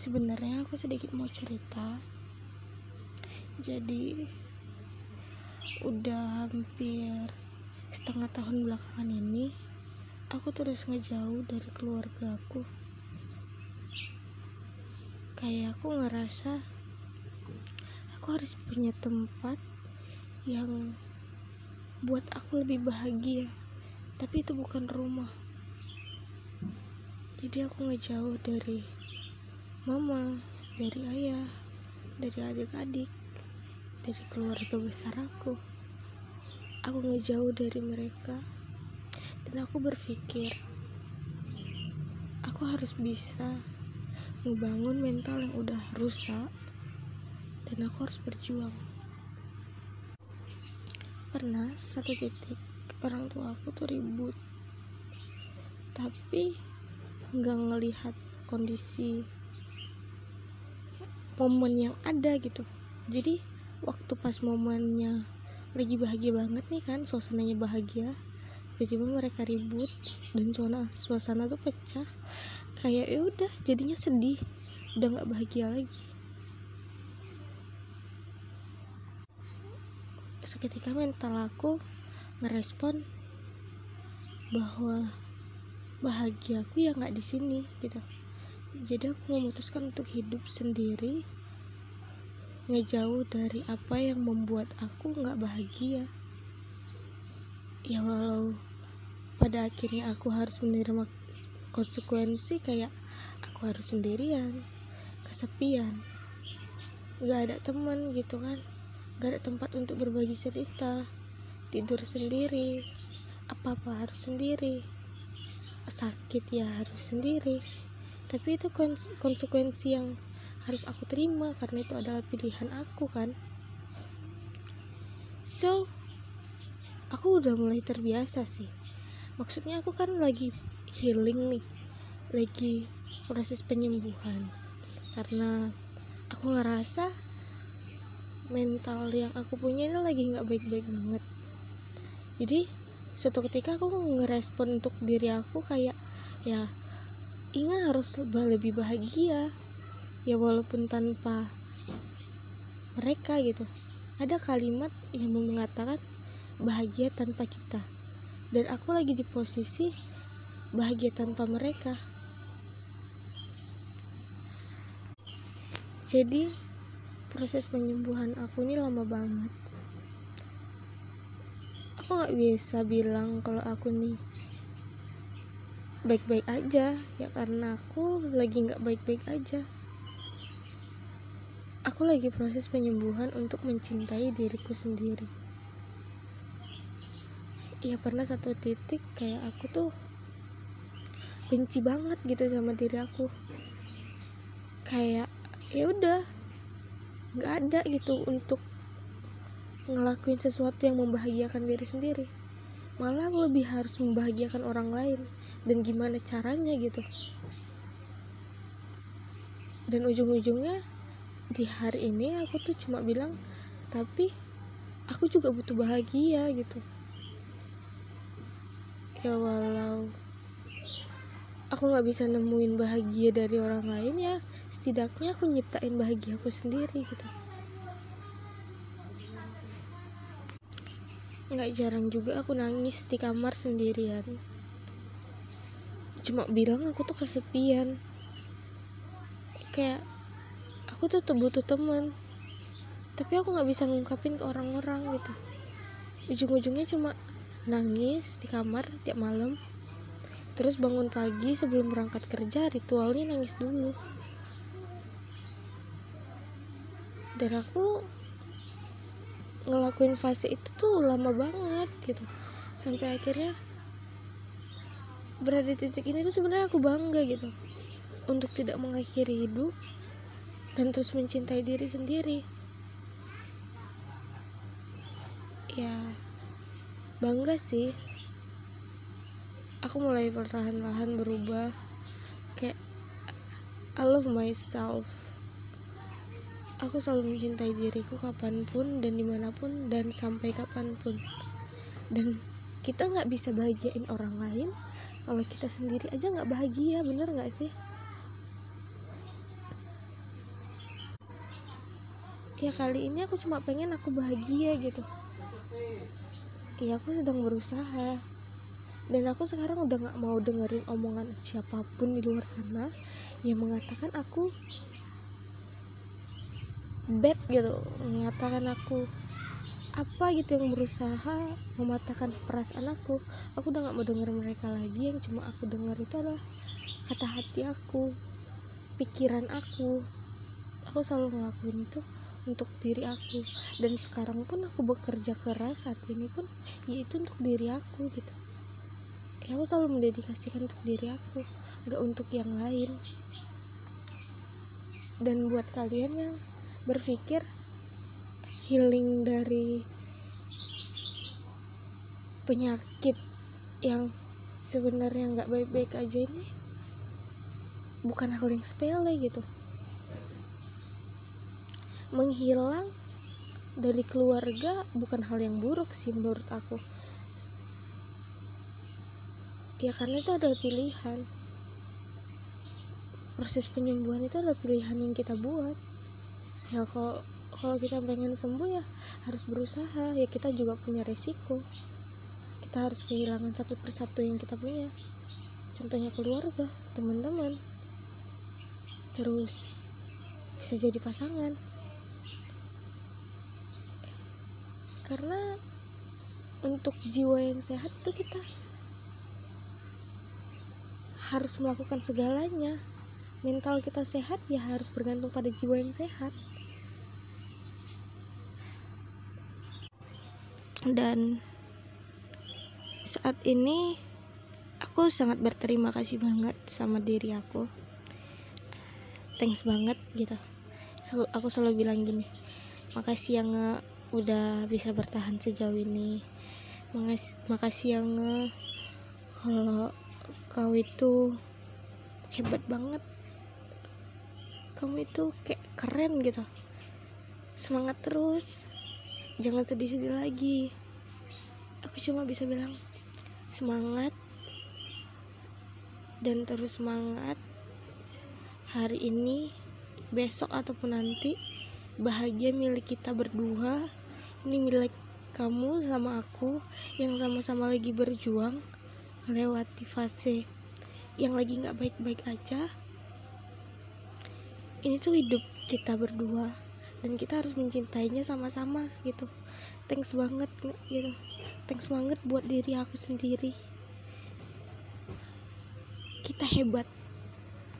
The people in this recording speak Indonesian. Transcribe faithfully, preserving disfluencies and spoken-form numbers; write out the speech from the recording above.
Sebenarnya aku sedikit mau cerita. Jadi udah hampir setengah tahun belakangan ini aku terus ngejauh dari keluarga aku. Kayak aku ngerasa aku harus punya tempat yang buat aku lebih bahagia, tapi itu bukan rumah. Jadi aku ngejauh dari mama, dari ayah, dari adik-adik, dari keluarga besar aku. Aku ngejauh dari mereka, dan aku berpikir aku harus bisa ngebangun mental yang udah rusak, dan aku harus berjuang. Pernah satu titik orang tua aku tuh ribut, tapi nggak ngelihat kondisi momen yang ada gitu. Jadi waktu pas momennya lagi bahagia banget nih kan, suasananya bahagia, tiba-tiba mereka ribut dan suasana suasana tuh pecah. Kayak ya udah jadinya sedih, udah nggak bahagia lagi. Seketika mental aku ngerespon bahwa bahagia aku ya nggak di sini gitu. Jadi aku memutuskan untuk hidup sendiri, ngejauh dari apa yang membuat aku nggak bahagia. Ya walau pada akhirnya aku harus menerima konsekuensi, kayak aku harus sendirian, kesepian, nggak ada teman gitu kan, nggak ada tempat untuk berbagi cerita, tidur sendiri, apa-apa harus sendiri, sakit ya harus sendiri. Tapi itu konsekuensi yang harus aku terima karena itu adalah pilihan aku kan. So aku udah mulai terbiasa sih. Maksudnya aku kan lagi healing nih, lagi proses penyembuhan, karena aku ngerasa mental yang aku punya ini lagi gak baik-baik banget. Jadi suatu ketika aku ngerespon untuk diri aku kayak, ya Inga harus lebih bahagia, ya walaupun tanpa mereka gitu. Ada kalimat yang mengatakan bahagia tanpa kita, dan aku lagi di posisi bahagia tanpa mereka. Jadi proses penyembuhan aku ini lama banget. Aku gak bisa bilang kalau aku nih baik-baik aja, ya karena aku lagi gak baik-baik aja. Aku lagi proses penyembuhan untuk mencintai diriku sendiri. Ya pernah satu titik kayak aku tuh benci banget gitu sama diri aku. Kayak ya udah nggak ada gitu untuk ngelakuin sesuatu yang membahagiakan diri sendiri. Malah aku lebih harus membahagiakan orang lain, dan gimana caranya gitu. Dan ujung-ujungnya di hari ini aku tuh cuma bilang, tapi aku juga butuh bahagia gitu. Ya walau aku gak bisa nemuin bahagia dari orang lain, ya setidaknya aku nyiptain bahagia aku sendiri gitu. Gak jarang juga aku nangis di kamar sendirian, cuma bilang aku tuh kesepian. Kayak aku tuh butuh teman, tapi aku gak bisa ngungkapin ke orang-orang gitu. Ujung-ujungnya cuma nangis di kamar tiap malam. Terus bangun pagi sebelum berangkat kerja, ritualnya nangis dulu. Dan aku ngelakuin fase itu tuh lama banget gitu. Sampai akhirnya berada di titik ini tuh sebenarnya aku bangga gitu, untuk tidak mengakhiri hidup dan terus mencintai diri sendiri. Ya bangga sih. Aku mulai perlahan-lahan berubah. Kayak I love myself. Aku selalu mencintai diriku kapanpun dan dimanapun dan sampai kapanpun. Dan kita gak bisa bahagiain orang lain kalau kita sendiri aja gak bahagia, bener gak sih? ya kali ini aku cuma pengen aku bahagia gitu. Ya aku sedang berusaha, dan aku sekarang udah gak mau dengerin omongan siapapun di luar sana yang mengatakan aku bad gitu, mengatakan aku apa gitu, yang berusaha mematahkan perasaan aku. Aku udah gak mau denger mereka lagi. Yang cuma aku dengar itu adalah kata hati aku, pikiran aku. Aku selalu ngelakuin itu untuk diri aku, dan sekarang pun aku bekerja keras saat ini pun yaitu untuk diri aku gitu. Ya aku selalu mendedikasikan untuk diri aku, gak untuk yang lain. Dan buat kalian yang berpikir healing dari penyakit yang sebenarnya gak baik-baik aja ini bukan hal yang sepele gitu. Menghilang dari keluarga bukan hal yang buruk sih menurut aku. Ya karena itu adalah pilihan. Proses penyembuhan itu adalah pilihan yang kita buat. Ya kalau kalau kita pengen sembuh ya harus berusaha. Ya kita juga punya resiko. Kita harus kehilangan satu persatu yang kita punya. Contohnya keluarga, teman-teman, terus bisa jadi pasangan. Karena untuk jiwa yang sehat itu kita harus melakukan segalanya. Mental kita sehat ya harus bergantung pada jiwa yang sehat. Dan saat ini aku sangat berterima kasih banget sama diri aku. Thanks banget gitu. Aku selalu bilang gini, makasih yang nge, udah bisa bertahan sejauh ini. Makasih, makasih yang nge, kalau kau itu hebat banget. Kamu itu kayak keren gitu. Semangat terus. Jangan sedih-sedih lagi. Aku cuma bisa bilang semangat dan terus semangat. Hari ini, besok ataupun nanti, bahagia milik kita berdua. Ini milik kamu sama aku yang sama-sama lagi berjuang melewati fase yang lagi gak baik-baik aja. Ini tuh hidup kita berdua dan kita harus mencintainya sama-sama gitu. Thanks banget gitu. Thanks banget buat diri aku sendiri. Kita hebat.